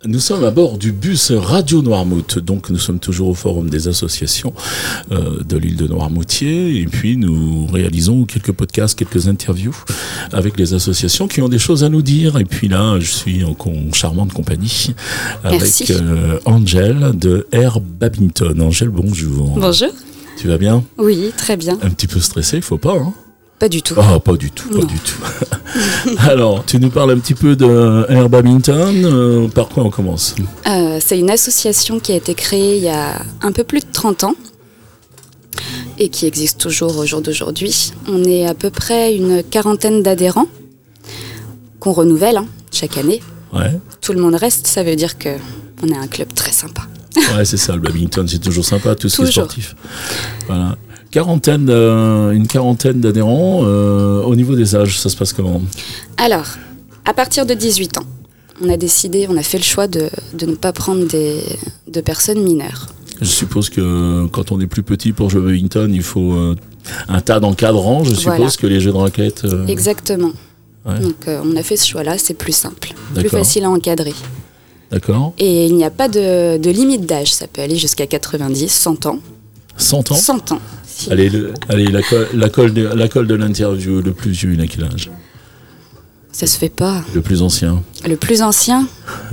Nous sommes à bord du bus Radio Noirmouth, donc nous sommes toujours au forum des associations de l'île de Noirmoutier, et puis nous réalisons quelques podcasts, quelques interviews avec les associations qui ont des choses à nous dire. Et puis là, je suis en charmante compagnie avec Angèle de Air Babington. Angèle, bonjour. Bonjour. Tu vas bien? Oui, très bien. Un petit peu stressé, il faut pas, hein? Pas du tout. Ah, pas du tout, pas du tout. Alors, tu nous parles un petit peu de Air Babington. Par quoi on commence? C'est une association qui a été créée il y a un peu plus de 30 ans et qui existe toujours au jour d'aujourd'hui. On est à peu près une quarantaine d'adhérents qu'on renouvelle chaque année. Ouais. Tout le monde reste, ça veut dire qu'on est un club très sympa. Ouais, c'est ça, le badminton, c'est toujours sympa, tout ce qui est sportif. Voilà. Une quarantaine d'adhérents. Au niveau des âges, ça se passe comment? Alors, à partir de 18 ans, on a fait le choix de ne pas prendre de personnes mineures. Je suppose que quand on est plus petit pour jouer au badminton, il faut un tas d'encadrants, je suppose, que les jeux de raquettes. Exactement. Ouais. Donc on a fait ce choix-là, c'est plus simple, plus D'accord. facile à encadrer. D'accord. Et il n'y a pas de limite d'âge, ça peut aller jusqu'à 90, 100 ans. 100 ans 100 ans. Si. Allez, la colle de l'interview, le plus vieux, il a quel âge? Ça se fait pas. Le plus ancien? Le plus ancien?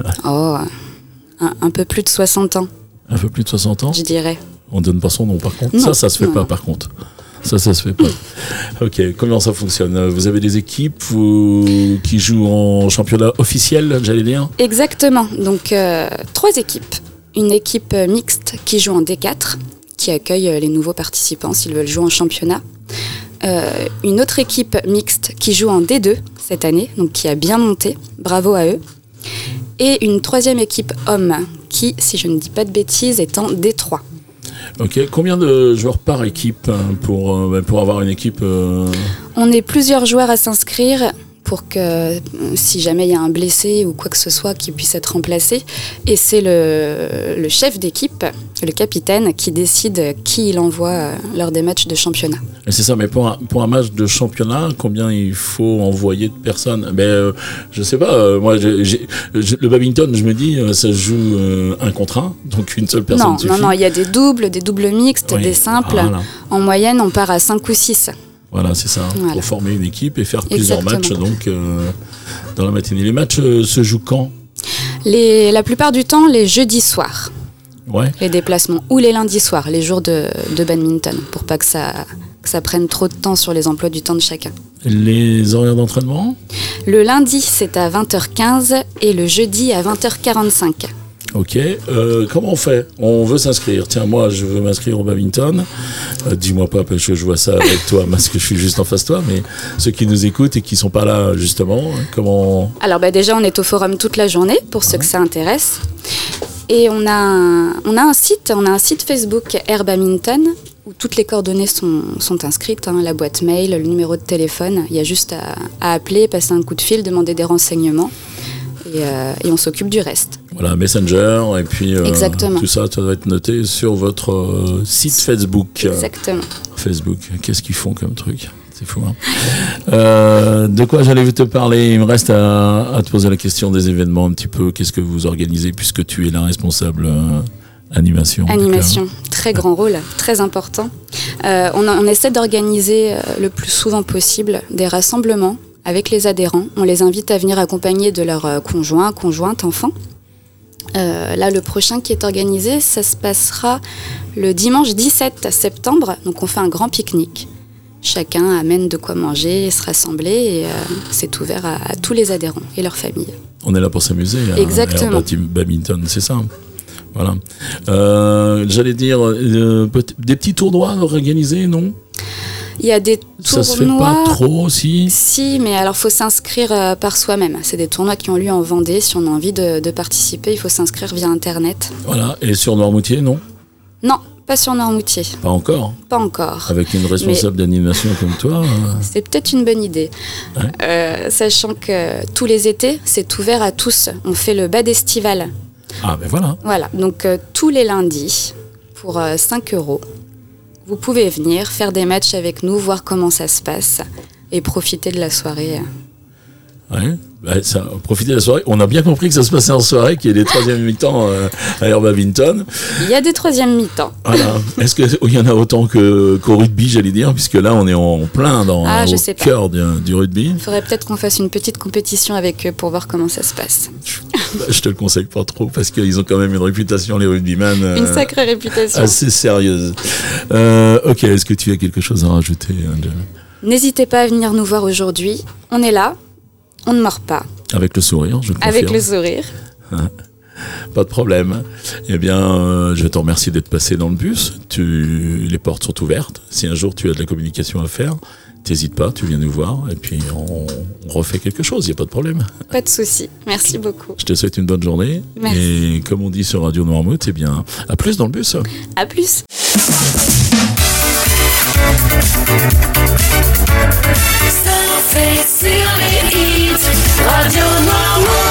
Un peu plus de 60 ans. Un peu plus de 60 ans? Je dirais. On donne pas son nom par contre? Non, Ça se fait pas par contre. Ça se fait pas. Ok, comment ça fonctionne? Vous avez des équipes qui jouent en championnat officiel, j'allais dire? Exactement. Donc 3 équipes. Une équipe mixte qui joue en D4, qui accueille les nouveaux participants s'ils veulent jouer en championnat. Une autre équipe mixte qui joue en D2 cette année, donc qui a bien monté, bravo à eux. Et une 3e équipe homme qui, si je ne dis pas de bêtises, est en D3. Ok, combien de joueurs par équipe pour avoir une équipe On est plusieurs joueurs à s'inscrire pour que, si jamais il y a un blessé ou quoi que ce soit, qu'il puisse être remplacé. Et c'est le chef d'équipe, le capitaine, qui décide qui il envoie lors des matchs de championnat. Et c'est ça, mais pour un match de championnat, combien il faut envoyer de personnes? Je sais pas, moi, le badminton, je me dis, ça se joue 1 contre 1, donc une seule personne suffit. Non, il y a des doubles mixtes, des simples. Voilà. En moyenne, on part à 5 ou 6. Voilà, c'est ça, pour former une équipe et faire plusieurs matchs dans la matinée. Les matchs se jouent quand? La plupart du temps, les jeudis soirs. Ouais. Les déplacements, ou les lundis soirs, les jours de badminton, pour pas que ça prenne trop de temps sur les emplois du temps de chacun. Les horaires d'entraînement? Le lundi, c'est à 20h15 et le jeudi à 20h45. Ok, comment on fait? On veut s'inscrire. Tiens, moi, je veux m'inscrire au badminton. Dis-moi pas, parce que je vois ça avec toi, parce que je suis juste en face de toi, mais ceux qui nous écoutent et qui sont pas là, justement, comment... Alors, déjà, on est au forum toute la journée, pour ceux que ça intéresse. Et on a un site Facebook Air Babington, où toutes les coordonnées sont inscrites, la boîte mail, le numéro de téléphone. Il y a juste à appeler, passer un coup de fil, demander des renseignements. Et on s'occupe du reste. Voilà, Messenger, et puis Exactement. Tout ça doit être noté sur votre site Facebook. Exactement. Facebook, qu'est-ce qu'ils font comme truc? C'est fou, hein. De quoi j'allais te parler? Il me reste à te poser la question des événements un petit peu. Qu'est-ce que vous organisez, puisque tu es la responsable animation? Animation, très grand rôle, très important. On essaie d'organiser le plus souvent possible des rassemblements avec les adhérents. On les invite à venir accompagner de leurs conjoints, conjointes, enfants. Là, le prochain qui est organisé, ça se passera le dimanche 17 septembre. Donc, on fait un grand pique-nique. Chacun amène de quoi manger, se rassembler, et c'est ouvert à tous les adhérents et leurs familles. On est là pour s'amuser. Exactement. Badminton, c'est ça. Voilà. J'allais dire, des petits tournois organisés, non? Il y a des tournois... Ça se fait pas trop aussi? Si, mais alors il faut s'inscrire par soi-même. C'est des tournois qui ont lieu en Vendée. Si on a envie de participer, il faut s'inscrire via Internet. Voilà. Et sur Noirmoutier, non? Non, pas sur Noirmoutier. Pas encore? Pas encore. Avec une responsable d'animation comme toi C'est peut-être une bonne idée. Ouais. Sachant que tous les étés, c'est ouvert à tous. On fait le bad estival. Ah ben voilà. Voilà, donc tous les lundis, pour 5 €. Vous pouvez venir faire des matchs avec nous, voir comment ça se passe et profiter de la soirée. Ouais. Ça, profiter de la soirée. On a bien compris que ça se passait en soirée, qu'il y ait des troisièmes mi-temps à Herba Vinton. Il y a des troisièmes mi-temps. Voilà. Est-ce qu'il y en a autant qu'au rugby, j'allais dire, puisque là, on est en plein au cœur du rugby. Il faudrait peut-être qu'on fasse une petite compétition avec eux pour voir comment ça se passe. Je te le conseille pas trop, parce qu'ils ont quand même une réputation, les rugbyman. Une sacrée réputation. Assez sérieuse. Ok, est-ce que tu as quelque chose à rajouter, Angel ? N'hésitez pas à venir nous voir aujourd'hui. On est là. On ne mord pas. Avec le sourire, je le confirme. Avec le sourire. Pas de problème. Eh bien, je te remercie d'être passé dans le bus. Les portes sont ouvertes. Si un jour tu as de la communication à faire, t'hésites pas, tu viens nous voir et puis on refait quelque chose, il n'y a pas de problème. Pas de souci. Merci beaucoup. Je te souhaite une bonne journée. Merci. Et comme on dit sur Radio Noirmouth, eh bien, à plus dans le bus. À plus. Radio Noirmouth.